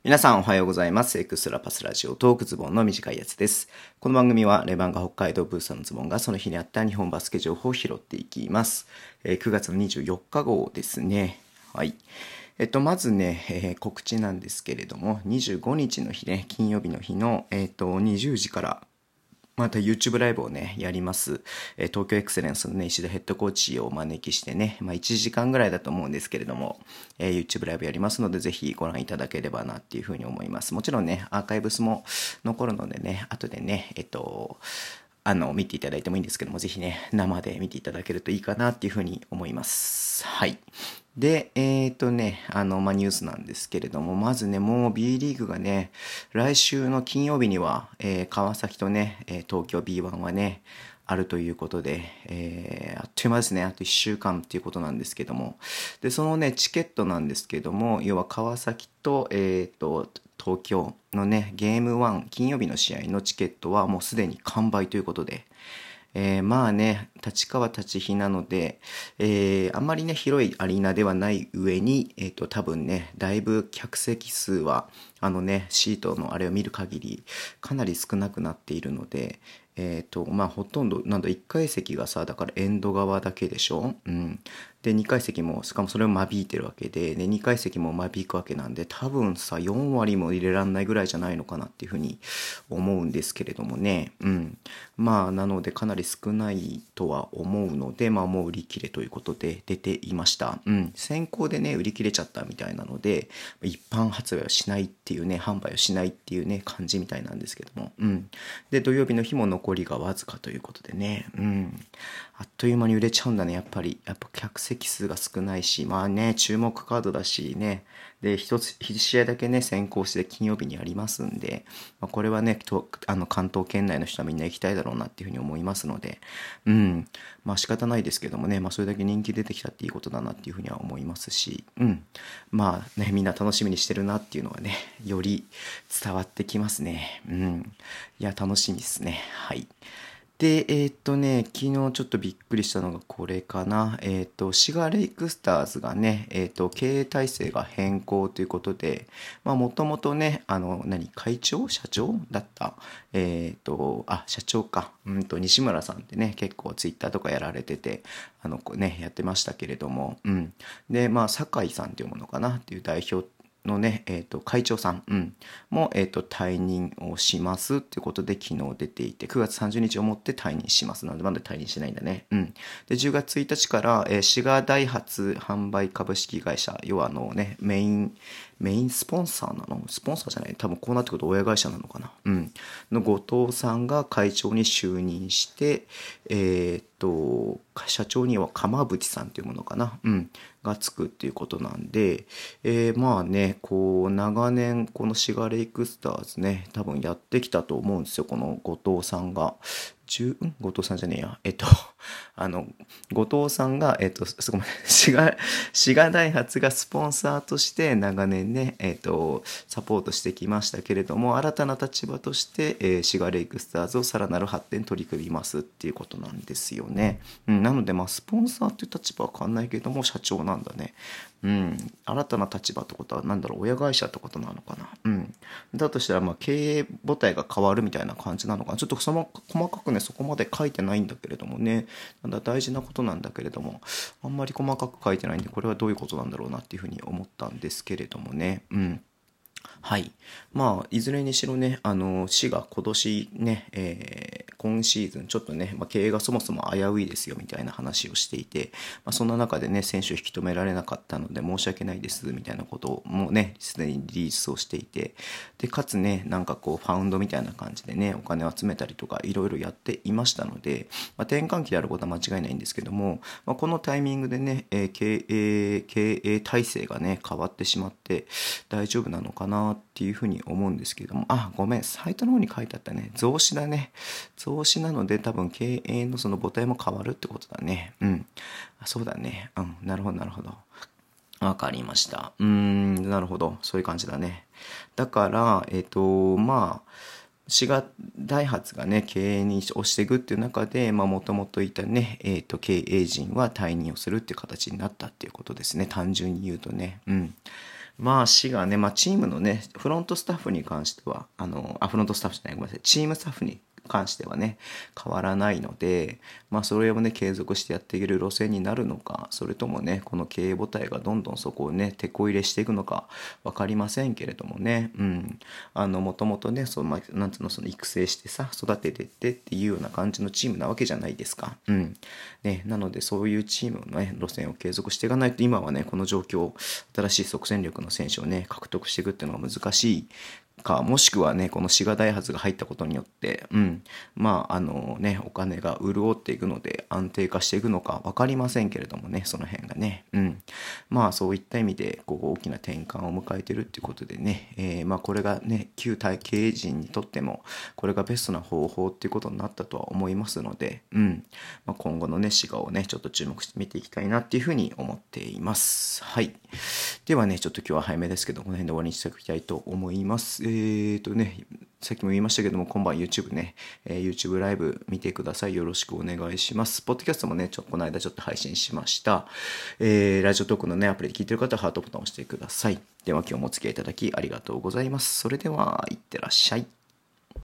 皆さんおはようございます。エクストラパスラジオトークズボンの短いやつです。この番組はレバンガ北海道ブースターのズボンがその日にあった日本バスケ情報を拾っていきます。9月の24日号ですね。はい。まずね、告知なんですけれども、25日の日ね、金曜日の日の、20時からまた YouTube ライブをね、やります。東京エクセレンスのね、石田ヘッドコーチをお招きしてね、1時間ぐらいだと思うんですけれども、YouTube ライブやりますので、ぜひご覧いただければなっていうふうに思います。もちろんね、アーカイブスも残るのでね、後でね、見ていただいてもいいんですけども、ぜひね、生で見ていただけるといいかなっていうふうに思います。はい。で、ニュースなんですけれども、まずね、もう B リーグがね、来週の金曜日には、川崎とね、東京 B1 はね、あるということで、あっという間ですね、あと1週間っていうことなんですけども、で、そのね、チケットなんですけども、要は川崎と、東京のね、ゲーム1、金曜日の試合のチケットはもうすでに完売ということで、まあね、立川立ち日なので、あんまりね、広いアリーナではない上に、多分ね、だいぶ客席数は、シートのあれを見る限り、かなり少なくなっているので、ほとんど、1階席がさ、だからエンド側だけでしょ。うん。で、2階席も、しかもそれを間引いてるわけで、2階席も間引くわけなんで、多分さ、4割も入れらんないぐらいじゃないのかなっていうふうに思うんですけれどもね。うん。なのでかなり少ないとは思うので、もう売り切れということで出ていました。うん。先行でね、売り切れちゃったみたいなので、一般発売をしないっていうね、販売をしないっていうね、感じみたいなんですけども。うん。で、土曜日の日も残りがわずかということでね。うん。あっという間に売れちゃうんだね、やっぱり。やっぱ客席数が少ないし、注目カードだしね。で、一試合だけね、先行して金曜日にありますんで、これはね、関東圏内の人はみんな行きたいだろうなっていうふうに思いますので、うん。仕方ないですけどもね、それだけ人気出てきたっていいことだなっていうふうには思いますし、うん。みんな楽しみにしてるなっていうのはね、より伝わってきますね。うん。いや、楽しみですね。はい。で、昨日ちょっとびっくりしたのがこれかな。シガレイクスターズがね、経営体制が変更ということで、もともとね、社長だった。社長か。西村さんってね、結構ツイッターとかやられてて、やってましたけれども、うん。で、酒井さんっていうものかなっていう代表のね、会長さん、うん、も、退任をしますっていうことで昨日出ていて、9月30日をもって退任します。なのでまだ退任しないんだね。うん。で、10月1日から、滋賀ダイハツ販売株式会社、要はメインスポンサーなのスポンサーじゃない多分こうなってくると親会社なのかなうん。の後藤さんが会長に就任して、社長には鎌淵さんっていうものかなうん。がつくっていうことなんで、長年、このシガレイクスターズね、多分やってきたと思うんですよ、この後藤さんが。後藤さんじゃねえや。後藤さんが、ごめん、滋賀ダイハツがスポンサーとして長年ね、サポートしてきましたけれども、新たな立場として、シガレイクスターズをさらなる発展取り組みますっていうことなんですよね。うん、なので、スポンサーっていう立場は変わんないけれども、社長なんだね。うん。新たな立場ってことは、親会社ってことなのかな。うん。だとしたら、経営母体が変わるみたいな感じなのかな。ちょっと細かくね、そこまで書いてないんだけれどもね。大事なことなんだけれども、あんまり細かく書いてないんで、これはどういうことなんだろうなっていうふうに思ったんですけれどもね。うん。はい。いずれにしろね、市が今年ね、今シーズンちょっとね、経営がそもそも危ういですよみたいな話をしていて、そんな中でね、選手を引き止められなかったので申し訳ないですみたいなこともね、すでにリリースをしていて、で、かつね、ファウンドみたいな感じでね、お金を集めたりとかいろいろやっていましたので、転換期であることは間違いないんですけども、このタイミングでね、経営体制がね、変わってしまって大丈夫なのかなっていうふうに思うんですけれども、ごめん、サイトの方に書いてあったね。増資だね。増資なので多分経営のその母体も変わるってことだね。うん。そうだね。うん。なるほど、なるほど。わかりました。なるほど。そういう感じだね。だから、滋賀ダイハツがね、経営に押していくっていう中で、もともといたね、経営陣は退任をするっていう形になったっていうことですね。単純に言うとね。うん。 まあ、市がね、まあ、チームのね、フロントスタッフに関しては、フロントスタッフじゃない、ごめんなさい、チームスタッフに関してはね、変わらないので、まあ、それをね、継続してやっていける路線になるのか、それともね、この経営母体がどんどんそこをね、手こ入れしていくのか、わかりませんけれどもね、うん。もともとね、その、まあ、なんつうの、その育成してさ、育ててってっていうような感じのチームなわけじゃないですか。うん。ね、なので、そういうチームのね、路線を継続していかないと、今はね、この状況、新しい即戦力の選手をね、獲得していくっていうのが難しいか、もしくはね、この滋賀ダイハツが入ったことによって、うん、まあ、ね、お金が潤っていくので安定化していくのか分かりませんけれどもね、その辺がね、うん。まあ、そういった意味で、こう、大きな転換を迎えているっていうことでね、まあ、これがね、旧体経営陣にとっても、これがベストな方法っていうことになったとは思いますので、うん。まあ、今後のね、滋賀をね、ちょっと注目して見ていきたいなっていうふうに思っています。はい。ではね、ちょっと今日は早めですけど、この辺で終わりにしておきたいと思います。さっきも言いましたけども、今晩 YouTube ね、YouTube ライブ見てください。よろしくお願いします。ポッドキャストもね、この間ちょっと配信しました。ラジオトークのね、アプリで聞いてる方はハートボタンを押してください。では今日もお付き合いいただきありがとうございます。それでは、いってらっしゃい。